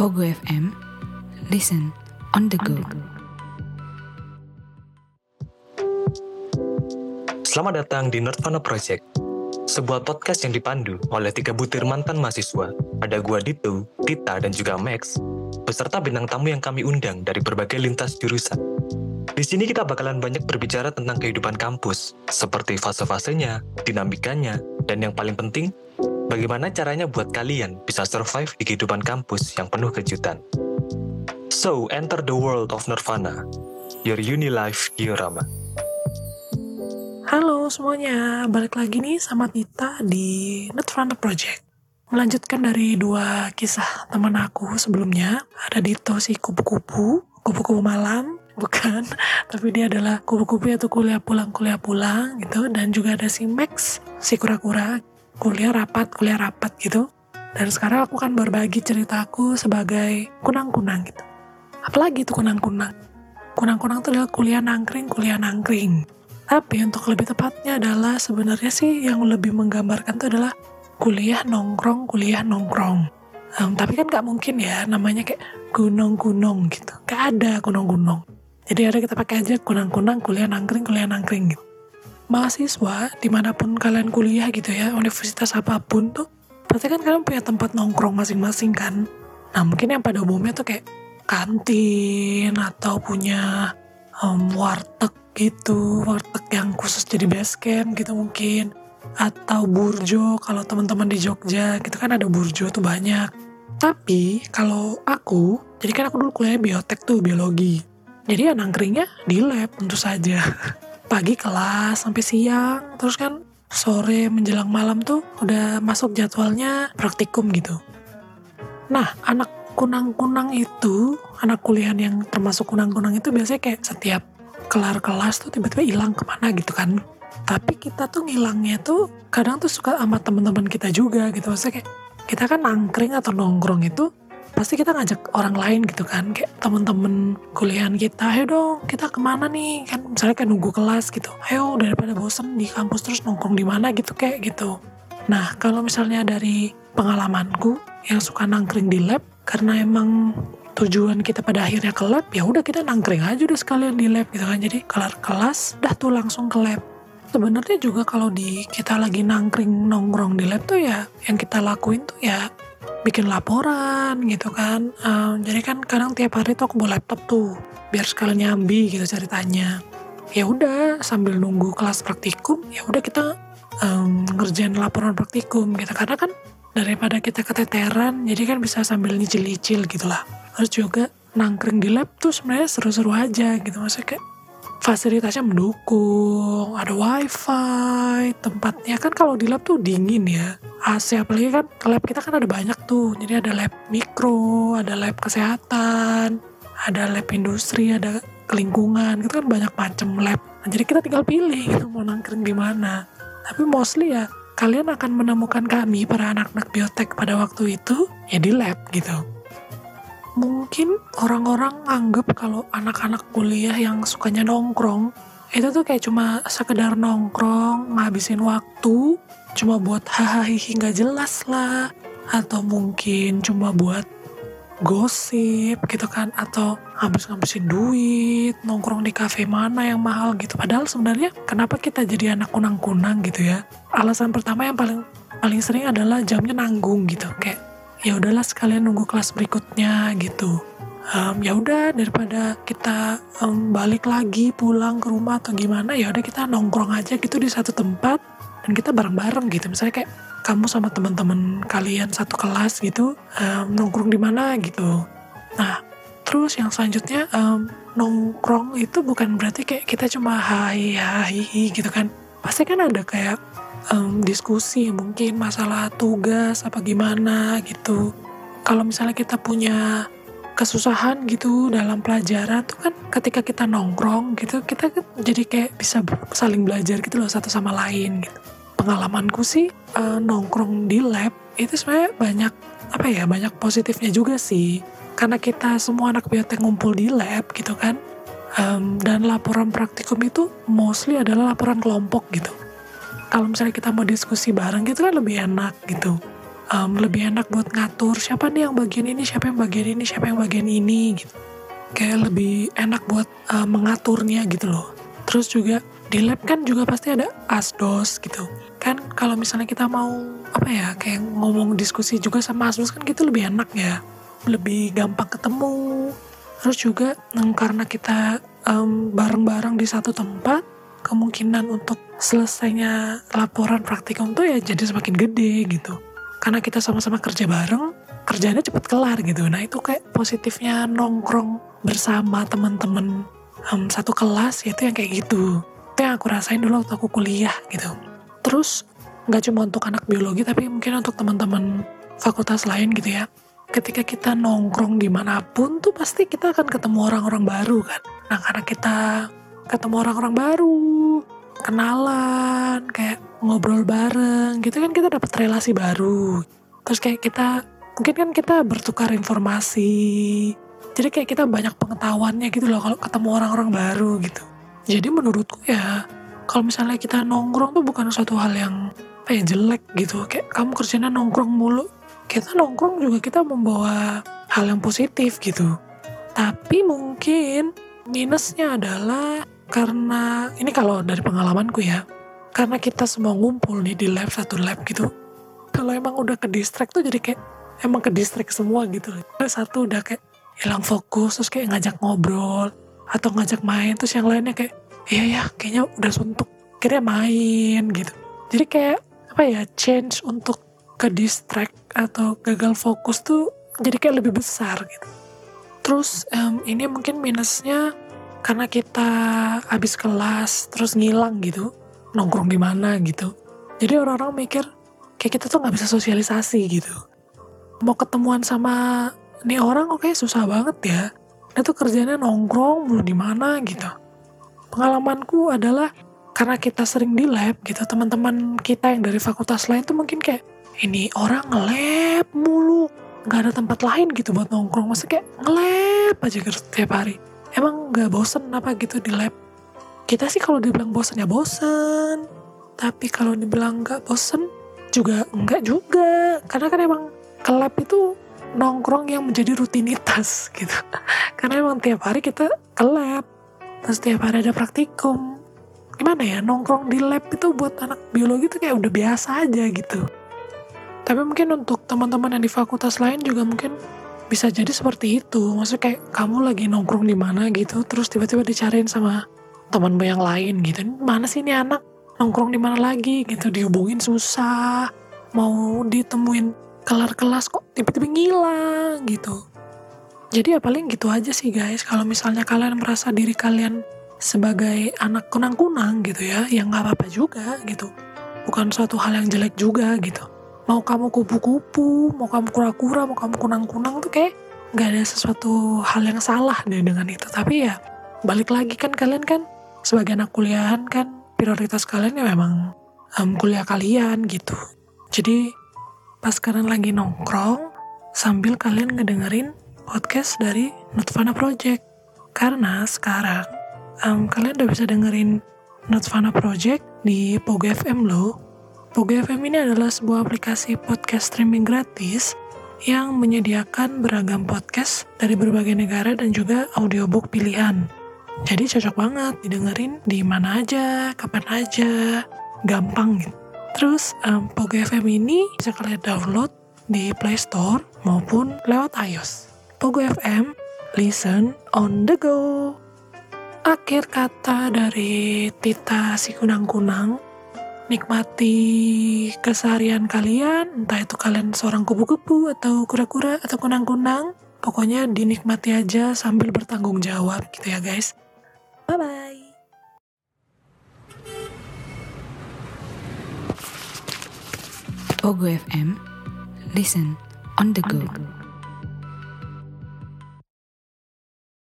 Pogo FM, listen on the go. Selamat datang di Nerdvana Project, sebuah podcast yang dipandu oleh 3 butir mantan mahasiswa. Ada gua Dito, Tita, dan juga Max, beserta bintang tamu yang kami undang dari berbagai lintas jurusan. Di sini kita bakalan banyak berbicara tentang kehidupan kampus, seperti fase-fasenya, dinamikanya, dan yang paling penting, bagaimana caranya buat kalian bisa survive di kehidupan kampus yang penuh kejutan. So, enter the world of Nerdvana, your uni life diorama. Halo semuanya, balik lagi nih sama Tita di Nerdvana Project. Melanjutkan dari 2 kisah teman aku sebelumnya. Ada Dito si kupu-kupu malam, bukan. Tapi dia adalah kupu-kupu yaitu kuliah pulang gitu. Dan juga ada si Max, si kura-kura, kuliah rapat gitu. Dan sekarang aku kan berbagi ceritaku sebagai kunang-kunang gitu. Apalagi itu kunang-kunang? Kunang-kunang itu adalah kuliah nangkring. Tapi untuk lebih tepatnya adalah sebenarnya sih yang lebih menggambarkan itu adalah kuliah nongkrong. Tapi kan gak mungkin ya namanya kayak gunung gitu. Gak ada gunung. Jadi ada kita pakai aja kunang-kunang kuliah nangkring gitu. Mahasiswa dimanapun kalian kuliah gitu ya, universitas apapun tuh, pasti kan kalian punya tempat nongkrong masing-masing kan. Nah mungkin yang pada umumnya tuh kayak kantin atau punya warteg gitu, warteg yang khusus jadi base camp gitu mungkin, atau burjo kalau teman-teman di Jogja gitu kan ada burjo tuh banyak. Tapi kalau aku, jadi kan aku dulu kuliah biotek tuh, biologi, jadi ya nangkringnya di lab tentu saja. Pagi kelas sampai siang, terus kan sore menjelang malam tuh udah masuk jadwalnya praktikum gitu. Nah anak kunang-kunang itu, anak kuliahan yang termasuk kunang-kunang itu biasanya kayak setiap kelar kelas tuh tiba-tiba hilang kemana gitu kan. Tapi kita tuh ngilangnya tuh kadang tuh suka sama teman-teman kita juga gitu. Maksudnya kayak kita kan nangkring atau nongkrong itu pasti kita ngajak orang lain gitu kan. Kayak teman-teman kuliahan kita, ayo dong kita kemana nih kan, misalnya kayak nunggu kelas gitu. Ayo daripada bosen di kampus terus nongkrong di mana gitu kayak gitu. Nah kalau misalnya dari pengalamanku yang suka nangkring di lab, karena emang tujuan kita pada akhirnya ke lab, ya udah kita nangkring aja udah sekalian di lab gitu kan. Jadi kelar kelas dah tuh langsung ke lab. Sebenarnya juga kalau kita lagi nangkring nongkrong di lab tuh ya yang kita lakuin tuh ya bikin laporan gitu kan. Jadi kan kadang tiap hari tuh aku bawa laptop tuh biar sekalian nyambi gitu ceritanya. Ya udah sambil nunggu kelas praktikum ya udah kita ngerjain laporan praktikum gitu, karena kan daripada kita keteteran jadi kan bisa sambil nyicil-nyicil gitu lah. Terus juga nangkring di lab tuh sebenarnya seru-seru aja gitu, maksudnya kayak fasilitasnya mendukung, ada wifi, tempatnya kan kalau di lab tuh dingin ya, AC, apalagi kan lab kita kan ada banyak tuh, jadi ada lab mikro, ada lab kesehatan, ada lab industri, ada kelingkungan, gitu kan banyak macam lab. Nah, jadi kita tinggal pilih gitu mau nangkring di mana. Tapi mostly ya kalian akan menemukan kami para anak-anak biotek pada waktu itu ya di lab gitu. Mungkin orang-orang anggap kalau anak-anak kuliah yang sukanya nongkrong itu tuh kayak cuma sekedar nongkrong, ngabisin waktu, cuma buat hahaha nggak jelas lah, atau mungkin cuma buat gosip gitu kan, atau ngabisin duit, nongkrong di kafe mana yang mahal gitu. Padahal sebenarnya kenapa kita jadi anak kunang-kunang gitu ya? Alasan pertama yang paling sering adalah jamnya nanggung gitu, kayak ya udahlah sekalian nunggu kelas berikutnya gitu. Ya udah daripada kita balik lagi pulang ke rumah atau gimana, ya udah kita nongkrong aja gitu di satu tempat dan kita bareng-bareng gitu. Misalnya kayak kamu sama teman-teman kalian satu kelas gitu, nongkrong di mana gitu. Nah terus yang selanjutnya nongkrong itu bukan berarti kayak kita cuma hai gitu kan. Pasti kan ada kayak diskusi mungkin masalah tugas apa gimana gitu. Kalau misalnya kita punya kesusahan gitu dalam pelajaran tuh kan ketika kita nongkrong gitu kita kan jadi kayak bisa saling belajar gitu loh satu sama lain gitu. Pengalamanku sih nongkrong di lab itu sebenarnya banyak positifnya juga sih, karena kita semua anak biotek ngumpul di lab gitu kan. Dan laporan praktikum itu mostly adalah laporan kelompok gitu. Kalau misalnya kita mau diskusi bareng gitu kan lebih enak gitu. lebih enak buat ngatur siapa nih yang bagian ini, siapa yang bagian ini, siapa yang bagian ini gitu. Kayak lebih enak buat mengaturnya gitu loh. Terus juga di lab kan juga pasti ada asdos gitu. Kan kalau misalnya kita mau kayak ngomong diskusi juga sama asdos kan gitu lebih enak ya. Lebih gampang ketemu. Terus juga karena kita bareng-bareng di satu tempat, kemungkinan untuk selesainya laporan praktikum tuh ya jadi semakin gede gitu. Karena kita sama-sama kerja bareng, kerjanya cepet kelar gitu. Nah itu kayak positifnya nongkrong bersama teman-teman satu kelas, yaitu yang kayak gitu. Itu yang aku rasain dulu waktu aku kuliah gitu. Terus gak cuma untuk anak biologi, tapi mungkin untuk teman-teman fakultas lain gitu ya. Ketika kita nongkrong dimanapun tuh pasti kita akan ketemu orang-orang baru kan. Nah karena kita ketemu orang-orang baru, kenalan, kayak ngobrol bareng gitu kan, kita dapat relasi baru. Terus kayak mungkin kan kita bertukar informasi. Jadi kayak kita banyak pengetahuannya gitu loh kalau ketemu orang-orang baru gitu. Jadi menurutku ya, kalau misalnya kita nongkrong tuh bukan suatu hal yang jelek gitu. Kayak kamu kerjanya nongkrong mulu. Kita nongkrong juga kita membawa hal yang positif gitu. Tapi mungkin minusnya adalah karena, ini kalau dari pengalamanku ya, karena kita semua ngumpul nih di lab, satu lab gitu. Kalau emang udah ke distract tuh jadi kayak emang ke distract semua gitu. Satu udah kayak hilang fokus, terus kayak ngajak ngobrol atau ngajak main, terus yang lainnya kayak iya kayaknya udah suntuk, akhirnya main gitu. Jadi kayak change untuk ke distract atau gagal fokus tuh jadi kayak lebih besar gitu. Terus ini mungkin minusnya karena kita habis kelas terus ngilang gitu, nongkrong di mana gitu. Jadi orang-orang mikir kayak kita tuh nggak bisa sosialisasi gitu. Mau ketemuan sama nih orang oke susah banget ya. Nah tuh kerjanya nongkrong mulu di mana gitu. Pengalamanku adalah karena kita sering di lab gitu, teman-teman kita yang dari fakultas lain tuh mungkin kayak ini orang nge-lab mulu, nggak ada tempat lain gitu buat nongkrong. Maksudnya kayak nge-lab aja setiap hari. Emang nggak bosen apa gitu di lab? Kita sih kalau dibilang bosen ya bosen, tapi kalau dibilang nggak bosen juga enggak juga. Karena kan emang ke lab itu nongkrong yang menjadi rutinitas gitu. Karena emang tiap hari kita ke lab, terus tiap hari ada praktikum. Gimana ya, nongkrong di lab itu buat anak biologi itu kayak udah biasa aja gitu. Tapi mungkin untuk teman-teman yang di fakultas lain juga mungkin bisa jadi seperti itu. Maksudnya kayak kamu lagi nongkrong di mana gitu, terus tiba-tiba dicariin sama temanmu yang lain gitu. Mana sih ini anak nongkrong di mana lagi gitu, dihubungin susah, mau ditemuin kelar kelas kok tiba-tiba ngilang gitu. Jadi ya paling gitu aja sih guys. Kalau misalnya kalian merasa diri kalian sebagai anak kunang-kunang gitu ya nggak apa-apa juga gitu. Bukan suatu hal yang jelek juga gitu. Mau kamu kupu-kupu, mau kamu kura-kura, mau kamu kunang-kunang tuh kayak nggak ada sesuatu hal yang salah deh dengan itu. Tapi ya balik lagi kan, kalian kan sebagai anak kuliahan kan prioritas kalian ya memang kuliah kalian gitu. Jadi pas kalian lagi nongkrong sambil kalian ngedengerin podcast dari Not Fana Project. Karena sekarang kalian udah bisa dengerin Not Fana Project di Pogo FM loh. Pogo FM ini adalah sebuah aplikasi podcast streaming gratis yang menyediakan beragam podcast dari berbagai negara dan juga audiobook pilihan. Jadi cocok banget didengerin di mana aja, kapan aja, gampang gitu. Terus Pogo FM ini bisa kalian download di Play Store maupun lewat iOS. Pogo FM, listen on the go. Akhir kata dari Tita si kunang-kunang, nikmati keseharian kalian, entah itu kalian seorang kupu-kupu atau kura-kura atau kunang-kunang, pokoknya dinikmati aja sambil bertanggung jawab gitu ya guys. Bye-bye. Pogo FM, listen on the go.